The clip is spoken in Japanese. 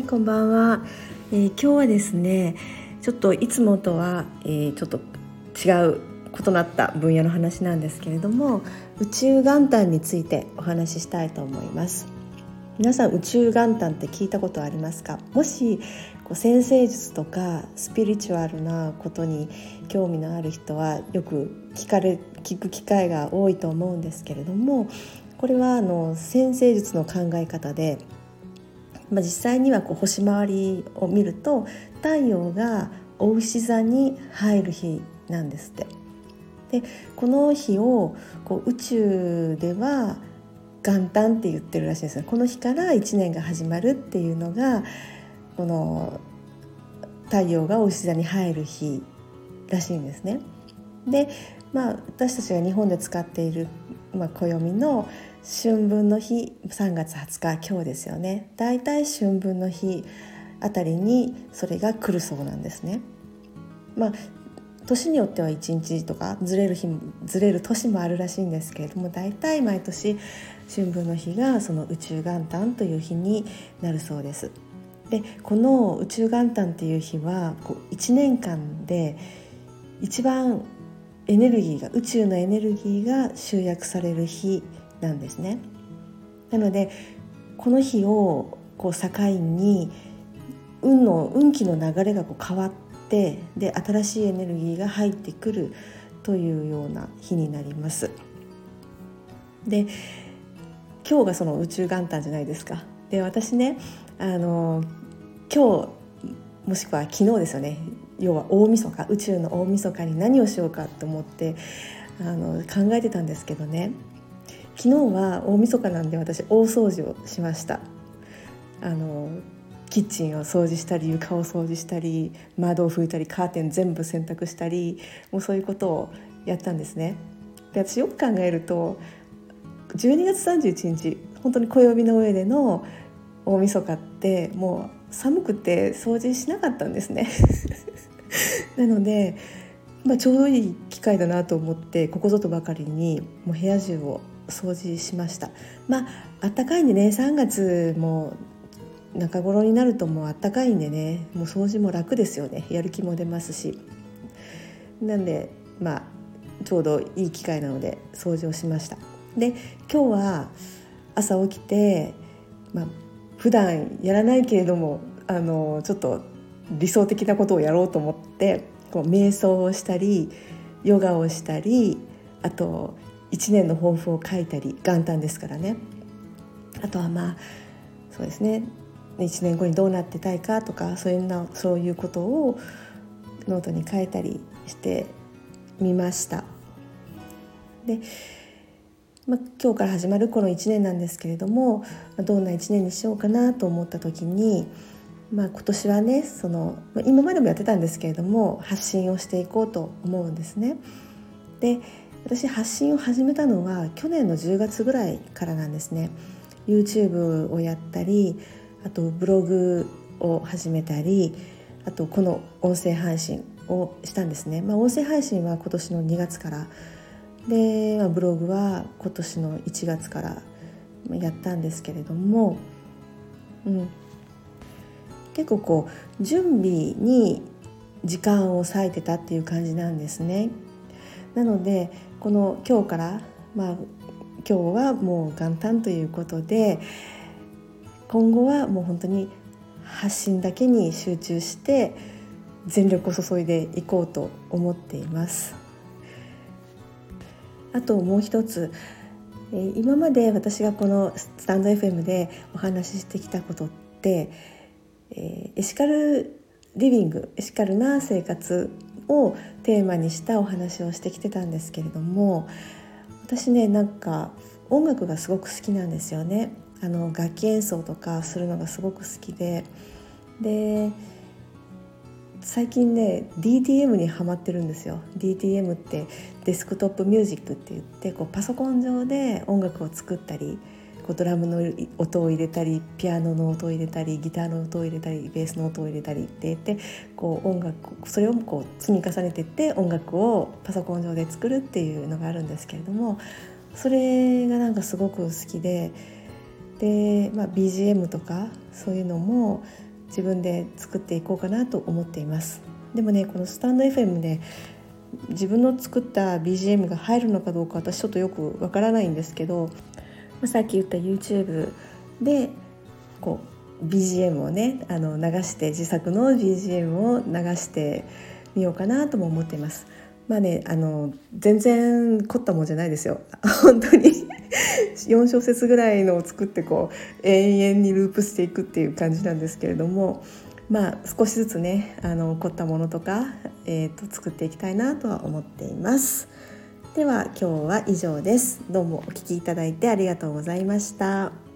こんばんは。今日はですね、ちょっといつもとは、ちょっと違う異なった分野の話なんですけれども、宇宙元旦についてお話ししたいと思います。皆さん、宇宙元旦って聞いたことありますか？もし占星術とかスピリチュアルなことに興味のある人はよく聞く機会が多いと思うんですけれども、これは占星術の考え方で、実際には星回りを見ると太陽が牡牛座に入る日なんですって。でこの日を宇宙では元旦って言ってるらしいんですね。この日から1年が始まるっていうのがこの太陽が牡牛座に入る日らしいんですね。で、私たちが日本で使っている、暦の春分の日3月20日、今日ですよね。だいたい春分の日あたりにそれが来るそうなんですね。年によっては1日とかずれる年もあるらしいんですけれども、だいたい毎年春分の日がその宇宙元旦という日になるそうです。でこの宇宙元旦っていう日は1年間で一番宇宙のエネルギーが集約される日なんですね。なのでこの日を境に運気の流れが変わって、で新しいエネルギーが入ってくるというような日になります。で今日がその宇宙元旦じゃないですか。で私ね、今日もしくは昨日ですよね。要は大晦日、宇宙の大晦日に何をしようかと思って考えてたんですけどね、昨日は大晦日なんで私大掃除をしました。キッチンを掃除したり、床を掃除したり、窓を拭いたり、カーテン全部洗濯したり、もうそういうことをやったんですね。で私よく考えると12月31日本当に暦の上での大晦日ってもう寒くて掃除しなかったんですねなので、ちょうどいい機会だなと思ってここぞとばかりにもう部屋中を掃除しました。暖かいんでね、3月も中頃になるともう暖かいんでね、もう掃除も楽ですよね。やる気も出ますし、なんでちょうどいい機会なので掃除をしました。で今日は朝起きて、普段やらないけれどもちょっと理想的なことをやろうと思って瞑想をしたりヨガをしたり、あと1年の抱負を書いたり、元旦ですからね。あとはそうですね、1年後にどうなってたいかとかそういうことをノートに書いたりしてみました。で今日から始まるこの1年なんですけれども、どんな1年にしようかなと思った時に、今年はね今までもやってたんですけれども発信をしていこうと思うんですね。で私発信を始めたのは去年の10月ぐらいからなんですね。 YouTube をやったり、あとブログを始めたり、あとこの音声配信をしたんですね。音声配信は今年の2月からで、ブログは今年の1月からやったんですけれども、結構準備に時間を割いてたっていう感じなんですね。なのでこの今日から、今日はもう元旦ということで、今後はもう本当に発信だけに集中して全力を注いでいこうと思っています。あともう一つ、今まで私がこのスタンド FM でお話ししてきたことって、エシカルリビング、エシカルな生活をテーマにしたお話をしてきてたんですけれども、私ね音楽がすごく好きなんですよね。楽器演奏とかするのがすごく好きで、最近ね DTM にハマってるんですよ。 DTM ってデスクトップミュージックって言ってパソコン上で音楽を作ったり、ドラムの音を入れたり、ピアノの音を入れたり、ギターの音を入れたり、ベースの音を入れたりって言って音楽、それを積み重ねていって音楽をパソコン上で作るっていうのがあるんですけれども、それがすごく好きで、BGM とかそういうのも自分で作っていこうかなと思っています。でもね、このスタンド FM で自分の作った BGM が入るのかどうか私ちょっとよくわからないんですけど、さっき言った YouTube でこう BGM をね流して自作の BGM を流してみようかなとも思っています。全然凝ったもんじゃないですよ本当に4小節ぐらいのを作って永遠にループしていくっていう感じなんですけれども、少しずつね凝ったものとか、作っていきたいなとは思っています。では今日は以上です。どうもお聞きいただいてありがとうございました。